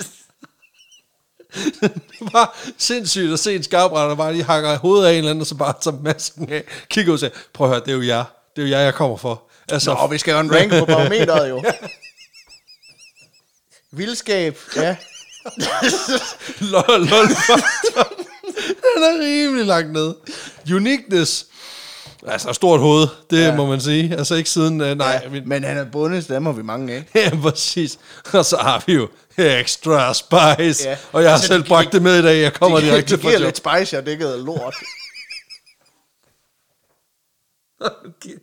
Det er bare sindssygt at se en skarpretter, der bare lige hakker hovedet af en eller anden, og så bare tager masken af, kigger ud og siger, prøv at høre, det er jo jer. Det er jo jer, jeg kommer for. Altså, Nå, vi skal jo en rank på barometeret jo. Vildskab, ja. lol, lol. Den er rimelig langt ned. Uniqueness. Altså, stort hoved, det ja. må man sige. Altså, ikke siden... Uh, nej, ja, vi... men han er bundet, dem har vi mange af. Ja, præcis. Og så har vi jo extra spice. Ja. Og jeg har altså, selv bragt det med i dag. Jeg kommer de, direkte de fra job. De giver lidt spice, og det giver lort. Okay.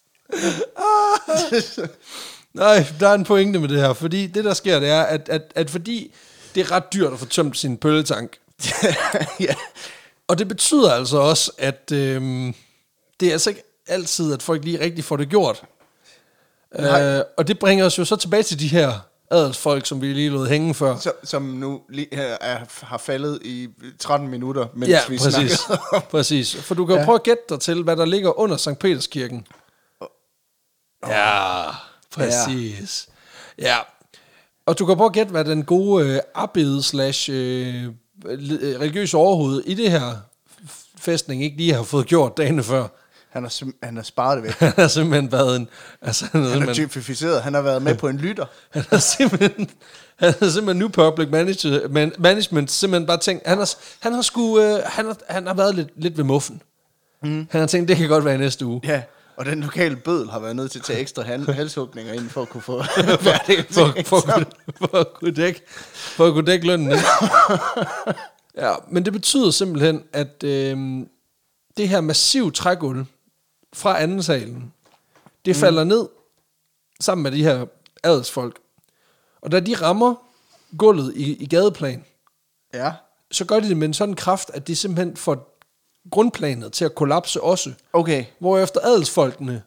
ah. Nej, der er en pointe med det her. Fordi det, der sker, det er, at, at, at fordi det er ret dyrt at få tømt sin pølletank. Ja. Og det betyder altså også, at øhm, det er altså ikke altid, at folk lige rigtig får det gjort. Øh, og det bringer os jo så tilbage til de her adelsfolk, som vi lige lod hænge før. Så, som nu lige er, har faldet i tretten minutter, mens ja, vi præcis. snakker. præcis. For du kan jo ja. prøve at gætte dig til, hvad der ligger under Sankt Peterskirken. Oh. Ja, præcis. Ja. ja. Og du kan prøve at gætte, hvad den gode øh, abbede slash øh, religiøse overhoved i det her fæstning ikke lige har fået gjort dagene før. Han har, han har sparet det væk. Han har simpelthen været en... Altså, han, han er typificeret. Han har været med på en lytter. Han har simpelthen... Han har simpelthen New Public Manage, man, Management simpelthen bare tænkt... Han har, han har, sku, øh, han har, han har været lidt, lidt ved muffen. Mm. Han har tænkt, det kan godt være i næste uge. Ja, og den lokale bødel har været nødt til at tage ekstra halshugninger ind for at kunne få... for, for, for, for, for, at kunne dække, for at kunne dække lønnen. Ikke? Ja, men det betyder simpelthen, at øh, det her massive trægulv fra anden salen, det mm. falder ned sammen med de her adelsfolk. Og da de rammer gulvet i, i gadeplan, ja. så gør de det med en sådan kraft, at de simpelthen får grundplanet til at kollapse også. Okay. Hvorefter adelsfolkene,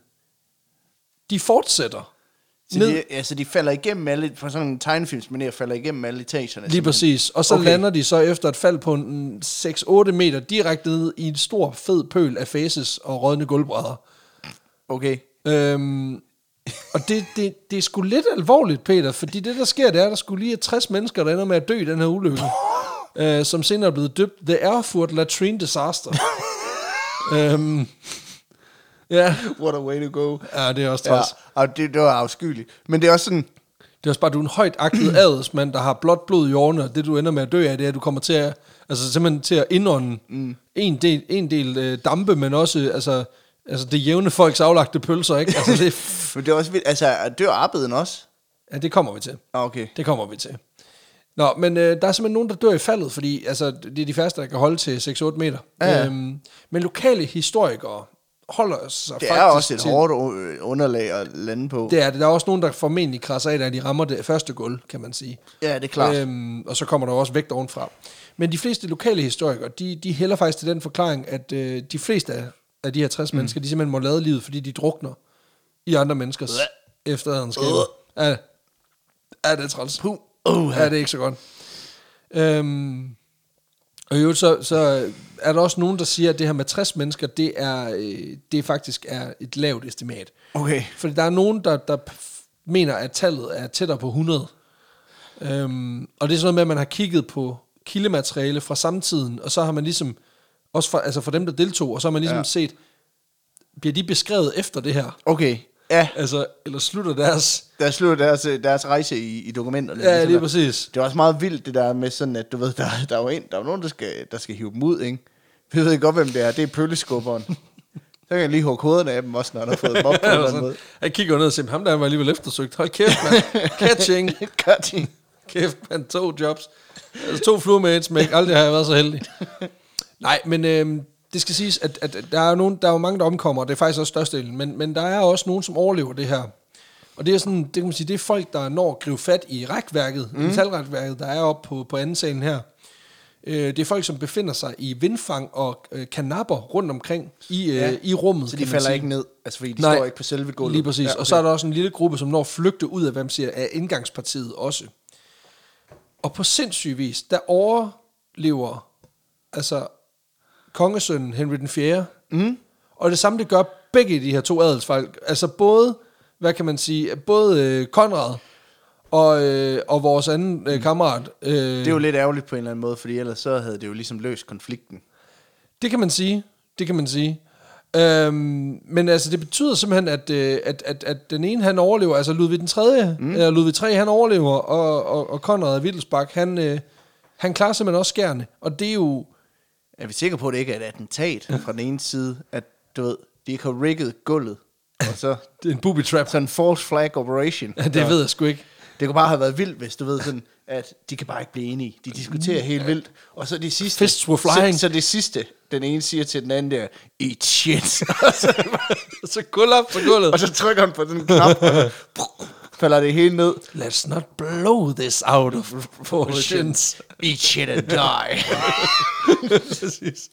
de fortsætter så ned. De, altså de falder igennem alle, på sådan en tegnefilmsmanér, falder igennem alle etagerne. Lige præcis. Og så okay. lander de så efter et fald på en seks otte meter direkte ned i en stor fed pøl af faces og rådne gulvbrædder. Okay. Øhm, og det, det, det er sgu lidt alvorligt, Peter, fordi det der sker, det er, at der skulle lige tres mennesker, der ender med at dø i den her ulykke, øh, som senere er blevet døbt The Erfurt Latrine Disaster. øhm, ja. What a way to go. Ja, det er også træls. Ja, og det, det var afskyeligt. Men det er også sådan... Det er også bare, du er en højt agtet adelsmand, der har blot blod i årene, og det du ender med at dø af, det er, at du kommer til at, altså simpelthen til at indånde mm. en del, en del øh, dampe, men også altså, altså det jævne folks aflagte pølser, ikke? Altså det, f- men det er også vildt, altså dør abbeden også? Ja, det kommer vi til. Okay. Det kommer vi til. Nå, men øh, der er simpelthen nogen, der dør i faldet, fordi altså, det er de første, der kan holde til seks otte meter. Ja. Øhm, men lokale historikere holder sig det faktisk er også et til, hårdt underlag at lande på. Det er det. Der er også nogen, der formentlig krasser af, da de rammer det første gulv, kan man sige. Ja, det er klart. Øhm, og så kommer der også vægt ovenfra. Men de fleste lokale historikere, de, de hælder faktisk til den forklaring, at øh, de fleste af, af de her tres mm. mennesker, de simpelthen må lade livet, fordi de drukner i andre menneskers uh. efterladenskaber. Uh. Ja, ja, det er træls. Uh. Uh. Ja, det er ikke så godt. Øhm, og jo, så, så er der også nogen, der siger, at det her med tres mennesker, det er, øh, det faktisk er et lavt estimat. Okay. Fordi der er nogen, der, der mener, at tallet er tættere på hundrede. Øhm, og det er sådan noget med, at man har kigget på kildemateriale fra samtiden, og så har man ligesom, også for, altså for dem, der deltog, og så har man ligesom ja. set, bliver de beskrevet efter det her? Okay, ja. Altså, eller slutter deres... Der slutter deres, deres rejse i, i dokumenterne. Ja, det er præcis. Det er også meget vildt, det der med sådan, at du ved, der, der er jo en, der er jo nogen, der skal, der skal hive dem ud, ikke? Vi ved godt, hvem det er. Det er pølleskubberen. Så kan jeg lige hugge hovederne af dem også, når han har fået dem op på en måde. Jeg kigger ned og siger, ham der var alligevel eftersøgt. Hold kæft, mand. Catching. Catching. Kæft, man. To jobs. Altså to fluer med et smæk. Aldrig har jeg været så heldig. Nej, men øh, det skal siges, at, at der er nogen, der er jo mange, der omkommer, og det er faktisk også størstedelen. Men, men der er også nogen, som overlever det her. Og det er sådan, det kan man sige, det er folk, der når at gribe fat i rækværket, mm. metalrækværket, der er oppe på, på anden salen her. Det er folk, som befinder sig i vindfang og øh, kanapper rundt omkring i, ja. øh, i rummet. Så de falder ikke ned, altså fordi de Nej, står ikke på selve gulvet. Lige præcis. Ja, okay. Og så er der også en lille gruppe, som når at flygte ud af, hvad man siger, af indgangspartiet også. Og på sindssyg vis, der overlever altså kongesønnen Henry den fjerde. Mm. Og det samme, det gør begge de her to adelsfolk. Altså både, hvad kan man sige, både øh, Konrad Og, øh, og vores anden øh, kammerat. Øh, det er jo lidt ærgerligt på en eller anden måde, fordi ellers så havde det jo ligesom løst konflikten. Det kan man sige. Det kan man sige. Øhm, men altså, det betyder simpelthen, at, øh, at, at, at den ene, han overlever, altså Ludvig den tredje, mm. eller Ludvig den tredje, han overlever, og, og, og Konrad af Wittelsbach, han, øh, han klarer simpelthen også skærene, og det er jo... Er vi sikre på, at det ikke er et attentat fra den ene side, at du ved, de ikke har rigget gulvet, og så... det er en booby trap. Sådan en false flag operation. Ja, det ved jeg sgu ikke. Det kunne bare have været vildt, hvis du ved sådan, at de kan bare ikke blive enige. De diskuterer helt vildt. Og så det sidste... Fists were flying. Så, så det sidste, den ene siger til den anden der, eat shit. så gulv op på gulvet. Og så trykker han på den knap, og så falder det hele ned. Let's not blow this out of proportions. Eat shit and die. Præcis.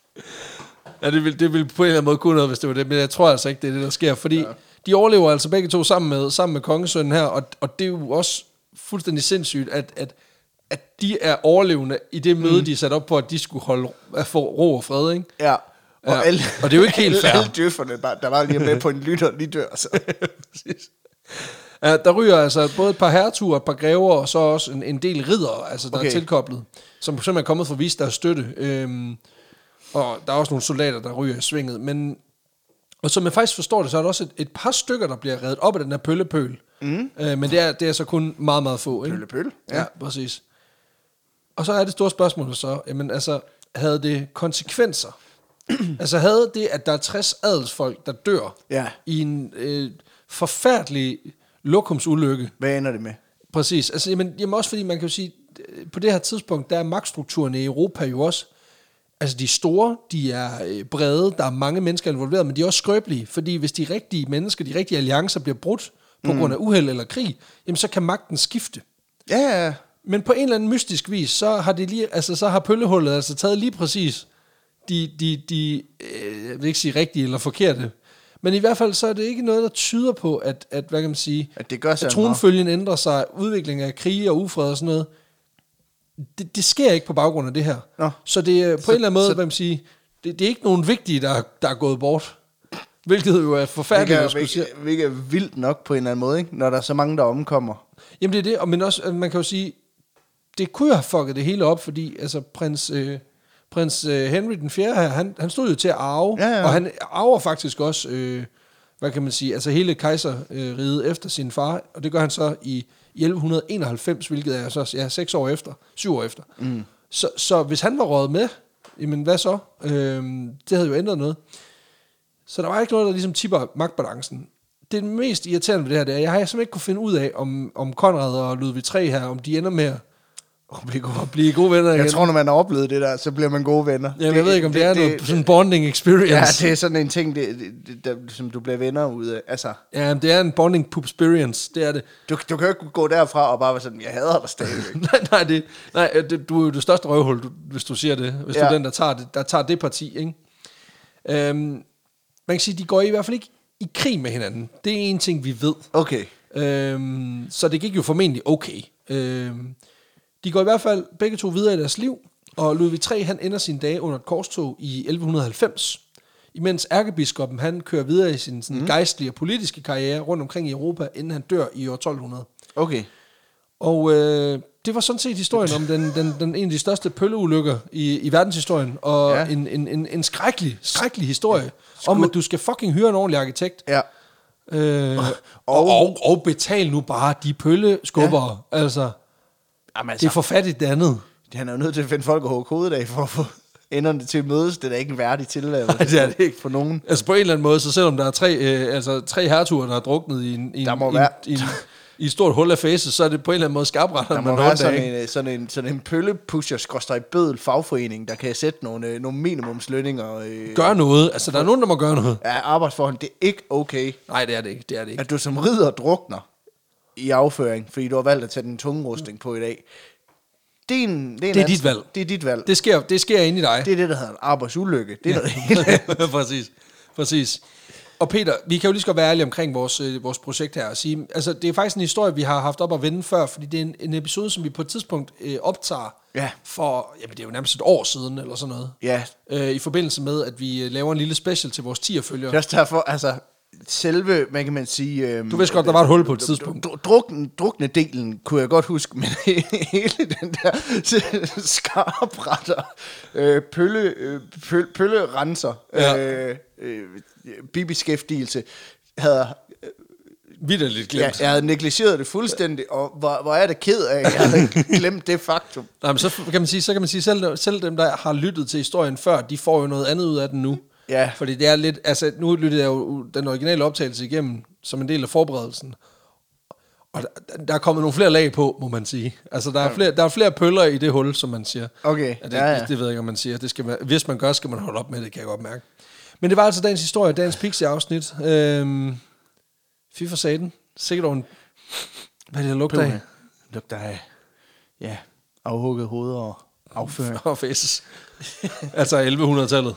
Ja, det vil, det vil på en eller anden måde kunne noget, hvis det var det, men jeg tror altså ikke, det er det, der sker, fordi ja. de overlever altså begge to sammen med, sammen med kongesønnen her, og, og det er jo også fuldstændig sindssygt, at, at, at de er overlevende i det møde, mm. de er sat op på, at de skulle holde at få ro og fred, ikke? Ja. Og, ja. alle, og det er jo ikke helt fair. Alle døfferne, der var lige med på en lytter, de dør så. Præcis. Ja, der ryger altså både et par hertuger, et par grever, og så også en, en del ridder, altså der okay. er tilkoblet, som simpelthen er kommet for at vise deres støtte. Øhm, og der er også nogle soldater, der ryger i svinget. Men, og som jeg faktisk forstår det, så er der også et, et par stykker, der bliver reddet op af den her pøllepøl. Mm. Øh, men det er, det er så kun meget, meget få. Ikke? Pøllepøl? Ja. ja, præcis. Og så er det store spørgsmål så, jamen altså, havde det konsekvenser? altså havde det, at der er tres adelsfolk, der dør ja. i en øh, forfærdelig lokumsulykke. Hvad ender det med? Præcis. Altså, jamen, jamen også fordi man kan jo sige, på det her tidspunkt, der er magtstrukturerne i Europa jo også, altså de er store, de er brede, der er mange mennesker involveret, men de er også skrøbelige, fordi hvis de rigtige mennesker, de rigtige alliancer bliver brudt på mm. grund af uheld eller krig, jamen så kan magten skifte. Ja, ja, ja. Men på en eller anden mystisk vis, så har det lige, altså så har pøllehullet altså taget lige præcis de, de, de øh, jeg vil ikke sige rigtige eller forkerte, men i hvert fald så er det ikke noget, der tyder på, at, at hvad kan man sige, at, det gør at tronfølgen ændrer sig, udvikling af krige og ufred og sådan noget. Det, det sker ikke på baggrund af det her. Nå. Så det er på så, en eller anden måde, så, hvad man siger, det, det er ikke nogen vigtige, der, der er gået bort. Hvilket jo er forfærdeligt at skulle sige. Hvilket er vildt nok på en eller anden måde, ikke? Når der er så mange, der omkommer. Jamen det er det, og men også, man kan jo sige, det kunne jo have fucket det hele op, fordi altså prins, øh, prins øh, Henry den fjerde her, han, han stod jo til at arve, ja, ja. og han arver faktisk også, øh, hvad kan man sige, altså hele kejserriget øh, efter sin far, og det gør han så i i elleve enoghalvfems, hvilket er så ja, seks år efter, syv år efter. Mm. Så, så hvis han var røget med, jamen hvad så? Øhm, det havde jo ændret noget. Så der var ikke noget, der ligesom tipper magtbalancen. Det mest irriterende ved det her, det er, jeg har simpelthen ikke kunne finde ud af, om, om Konrad og Ludvig den tredje her, om de ender med at blive gode, at blive gode venner igen. Jeg tror, når man har oplevet det der, så bliver man gode venner. Jamen, jeg ved ikke, om det, det er det, noget det, sådan en bonding experience. Ja, det er sådan en ting, det, det, det, som du bliver venner ud af. Altså. Ja, det er en bonding experience, det er det. Du, du kan jo ikke gå derfra og bare være sådan, jeg hader dig stadigvæk. nej, nej, det, nej det, du er jo det største røvhul, du, hvis du siger det. Hvis ja. du er den, der tager det, der tager det parti, ikke? Øhm, man kan sige, de går i hvert fald ikke i krig med hinanden. Det er en ting, vi ved. Okay. Øhm, så det gik jo formentlig okay. Øhm, De går i hvert fald begge to videre i deres liv, og Ludvig den tredje, han ender sine dage under et korstog i elleve halvfems, imens ærkebiskoppen, han kører videre i sin sådan, mm. gejstlige og politiske karriere rundt omkring i Europa, inden han dør i år tolv hundrede. Okay. Og øh, det var sådan set historien om den, den, den en af de største pølleulykker i, i verdenshistorien, og ja. en, en, en, en skrækkelig, skrækkelig historie, ja. Skud. Om at du skal fucking hyre en ordentlig arkitekt. Ja. Øh, og, og, og, og betal nu bare de pølleskubbere, ja. altså... Jamen, altså, det er for fattigt det andet. Han er jo nødt til at finde folk at hugge hovedet af, for at få enderne til at mødes. Det er da ikke en værdig tilladelse. Nej, det er det ikke for nogen. Altså på en eller anden måde, så selvom der er tre, øh, altså, tre hertuger, der er druknet i en, i, en, i, i, i et stort hul af face, så er det på en eller anden måde skarpretter. Der må være sådan en, sådan en, sådan en pøllepusher-bødel fagforening, der kan sætte nogle, øh, nogle minimumslønninger. Øh, Gør noget. Altså der er nogen, der må gøre noget. Ja, arbejdsforhold, det er ikke okay. Nej, det er det ikke. Det er det ikke. At du som ridder drukner i afføring, fordi du har valgt at tage den tunge rustning på i dag. Det er, en, det er, en det er dit valg. Det er dit valg. Det sker, det sker inde i dig. Det er det, der hedder en arbejdsulykke. Det er noget helt andet. Præcis. Præcis. Og Peter, vi kan jo lige så godt være ærlige omkring vores, øh, vores projekt her og sige, altså det er faktisk en historie, vi har haft op at vende før, fordi det er en, en episode, som vi på et tidspunkt øh, optager ja. for, jamen det er jo nærmest et år siden, eller sådan noget. Ja. Øh, I forbindelse med, at vi laver en lille special til vores tier-følgere. Det er også derfor, altså, selve, hvad kan man sige... Øh, du vidste godt, der var et hul på et tidspunkt. Drukne, drukne delen kunne jeg godt huske, men hele den der skarpretter, øh, pølle, øh, pølle, pøllerenser, ja. øh, øh, bibeskæftigelse, havde... Vitterligt glemt. Ja, jeg havde negligeret det fuldstændig, og hvor, hvor er det ked af, at jeg havde glemt det faktum. Nej, men så kan man sige, så kan man sige selv, selv dem, der har lyttet til historien før, de får jo noget andet ud af den nu. Ja. Fordi det er lidt, altså nu lyttede jeg jo den originale optagelse igennem, som en del af forberedelsen. Og der, der er kommet nogle flere lag på, må man sige. Altså der er, flere, der er flere pøller i det hul, som man siger. Okay, ja, det, ja, ja. Det, det ved jeg ikke, om man siger. Det skal man, hvis man gør, skal man holde op med det, kan jeg godt mærke. Men det var altså dagens historie, dagens Pixie-afsnit. Øhm, fy for satan. Sikkert over en... Hvad er det, der lugter af? Lugter af, ja, afhugget hoveder og afføring. Og faces. Altså elleve hundrede-tallet.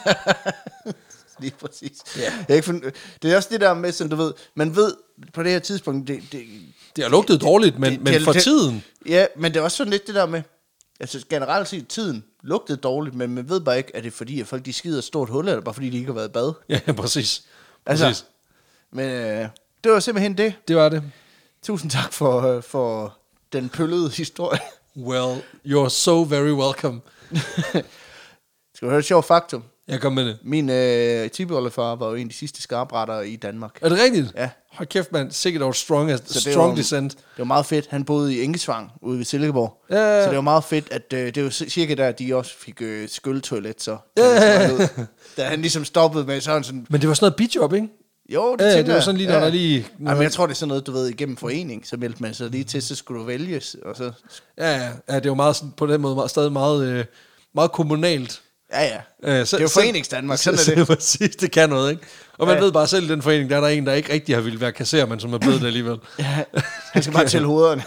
Lige præcis. Yeah. Jeg ikke fund... Det er også det der med, som du ved, man ved på det her tidspunkt, det... Det, det har lugtet dårligt, men, det, men det, for det, tiden... Ja, men det er også sådan lidt det der med, altså generelt set, tiden lugtede dårligt, men man ved bare ikke, er det fordi, at folk de skider et stort hul, eller bare fordi de ikke har været i bad? Ja, præcis. Altså, præcis. Men øh, det var simpelthen det. Det var det. Tusind tak for, for den pøllede historie. Well, you're so very welcome. Skal du høre et sjovt faktum? Jeg kom med det. Min øh, tipoldefar var jo en af de sidste skarpretter i Danmark. Er det rigtigt? Ja. Hold kæft, mand. Sikkert over strong, strong var, descent. Det var meget fedt. Han boede i Engesvang ude ved Silkeborg. Ja, ja, ja. Så det var meget fedt, at øh, det var cirka der, de også fik øh, skyldetoilet, så. Ja, ja, ja. Da han ligesom stoppede med sådan sådan... Men det var sådan noget bidjob, ikke? Jo, det ja, tænker det var sådan lige, der ja. var lige... Ja, men jeg tror, det er sådan noget, du ved, igennem forening, så meldte man sig lige til, så skulle du vælges, og så... Ja, ja, ja, det var meget sådan, på den måde meget, stadig meget, øh, meget kommunalt. Ja, ja. Øh, så, det er jo Foreningsdanmark, sådan er det. Præcis, det kan noget, ikke? Og man ja. ved bare selv, i den forening, der er der en, der ikke rigtig har ville være kasserer, men som er blevet det alligevel. Ja, han skal bare tælle hovederne.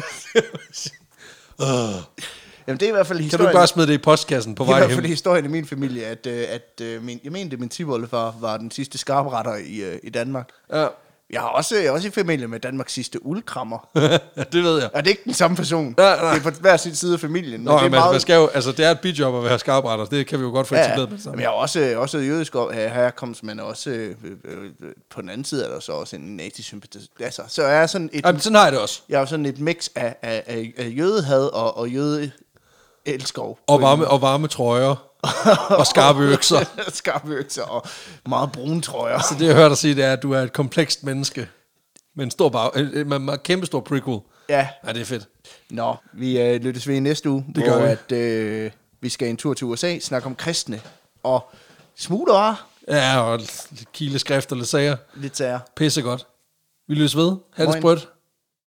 uh. Jamen, det er i hvert fald historien. Kan du ikke bare smide det i postkassen på vej hjem? Det er i hvert fald historien i min familie, at, at, at min, jeg mente, at min tipoldefar var den sidste skarpretter i, i Danmark. Ja. Jeg har også, jeg er også i familie med Danmarks sidste uldkrammer. Ja, det ved jeg. Og det er ikke den samme person. Ja, nej. Det er på hver sin side af familien. Nå, men det er men meget... man skal jo, altså, det er et bidjob at være skarpretter. Det kan vi jo godt få ja, etableret med sammen. Men jeg har også, også jødisk herkomst, men også øh, øh, på den anden side er der så også en nazi-sympatisme. Altså, så er jeg sådan et... Jamen, sådan har jeg det også. Jeg har sådan et mix af, af, af, af jødehad og, og jøde... elskov. Og varme, og varme trøjer. Og skarpe økser. Skarpe økser og meget brune trøjer. Så det jeg hører dig sige, det er, at du er et komplekst menneske. Med en stor bag, med en kæmpe stor prequel. Ja. Ja, det er fedt. Nå, vi øh, lyttes ved i næste uge, det hvor vi. At, øh, vi skal en tur til U S A, snakke om kristne og smuglevarer. Ja, og kileskrift og lidt sager. Lidt sager. Pisse godt. Vi lyttes ved. Ha' det sprødt.